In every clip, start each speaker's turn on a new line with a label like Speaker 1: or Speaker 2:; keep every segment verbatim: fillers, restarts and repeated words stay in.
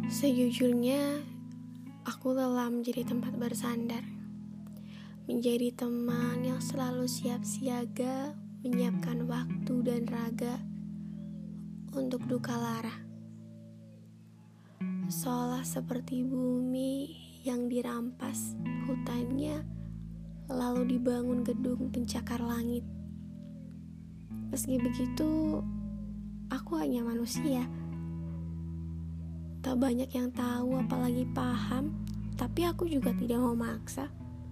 Speaker 1: Sejujurnya, aku lelah menjadi tempat bersandar, menjadi teman yang selalu siap siaga, menyiapkan waktu dan raga untuk duka lara. Seolah seperti bumi yang dirampas hutannya, lalu dibangun gedung pencakar langit. Meski begitu, aku hanya manusia. Tak banyak yang tahu apalagi paham, tapi aku juga tidak mau maksa.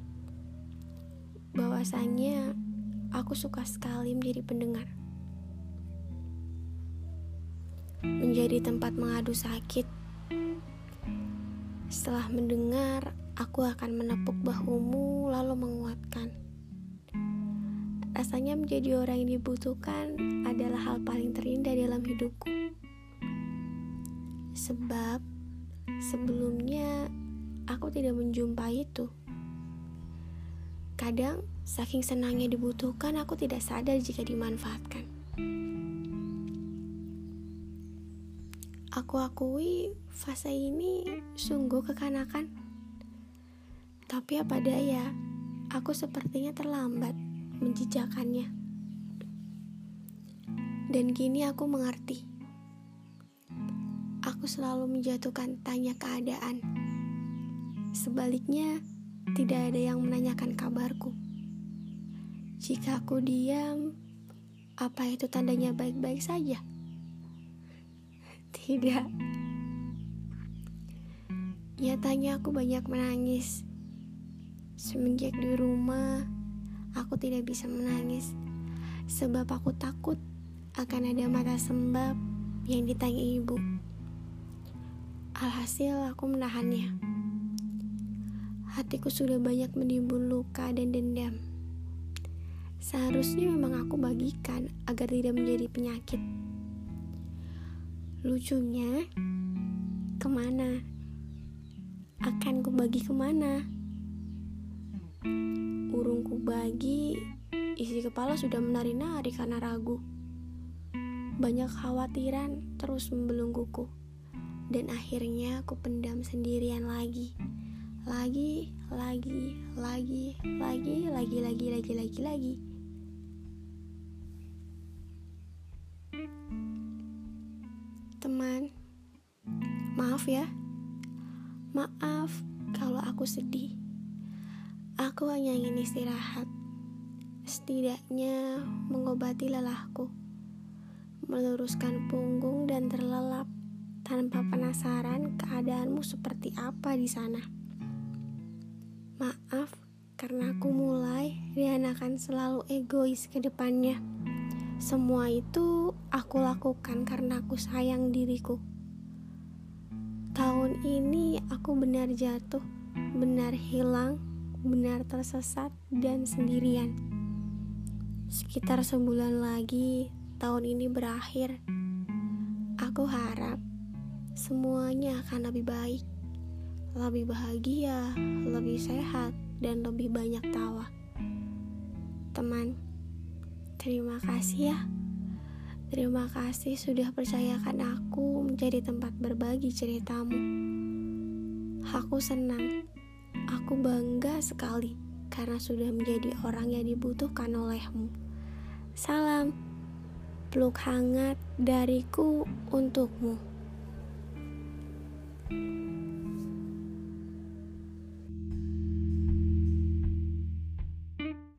Speaker 1: Bahwasannya aku suka sekali menjadi pendengar, menjadi tempat mengadu sakit. Setelah mendengar, aku akan menepuk bahumu lalu menguatkan. Rasanya menjadi orang yang dibutuhkan adalah hal paling terindah dalam hidupku. Sebab sebelumnya aku tidak menjumpai itu. Kadang saking senangnya dibutuhkan, aku tidak sadar jika dimanfaatkan. Aku akui fase ini sungguh kekanakan. Tapi apa daya, aku sepertinya terlambat menjejakannya. Dan kini aku mengerti. Aku selalu menjatuhkan tanya keadaan. Sebaliknya, tidak ada yang menanyakan kabarku. Jika aku diam, apa itu tandanya baik-baik saja? Tidak. Nyatanya aku banyak menangis. Semenjak di rumah, aku tidak bisa menangis. Sebab aku takut akan ada mata sembab yang ditanya ibu. Alhasil aku menahannya. Hatiku sudah banyak menimbun luka dan dendam. Seharusnya memang aku bagikan agar tidak menjadi penyakit. Lucunya, kemana? Akan kubagi kemana? Urung kubagi, isi kepala sudah menari-nari karena ragu. Banyak khawatiran terus membelengguku. Dan akhirnya aku pendam sendirian lagi. Lagi, lagi, lagi, lagi, lagi, lagi, lagi, lagi, lagi. Teman, maaf ya. Maaf kalau aku sedih. Aku hanya ingin istirahat. Setidaknya mengobati lelahku. Meluruskan punggung dan terlelap tanpa penasaran keadaanmu seperti apa di sana. Maaf karena aku mulai dan akan selalu egois ke depannya. Semua itu aku lakukan karena aku sayang diriku. Tahun ini aku benar jatuh, benar hilang, benar tersesat dan sendirian. Sekitar sebulan lagi tahun ini berakhir. Aku harap semuanya akan lebih baik, lebih bahagia, lebih sehat, dan lebih banyak tawa. Teman, terima kasih ya. Terima kasih sudah percayakan aku menjadi tempat berbagi ceritamu. Aku senang, aku bangga sekali karena sudah menjadi orang yang dibutuhkan olehmu. Salam, peluk hangat dariku untukmu.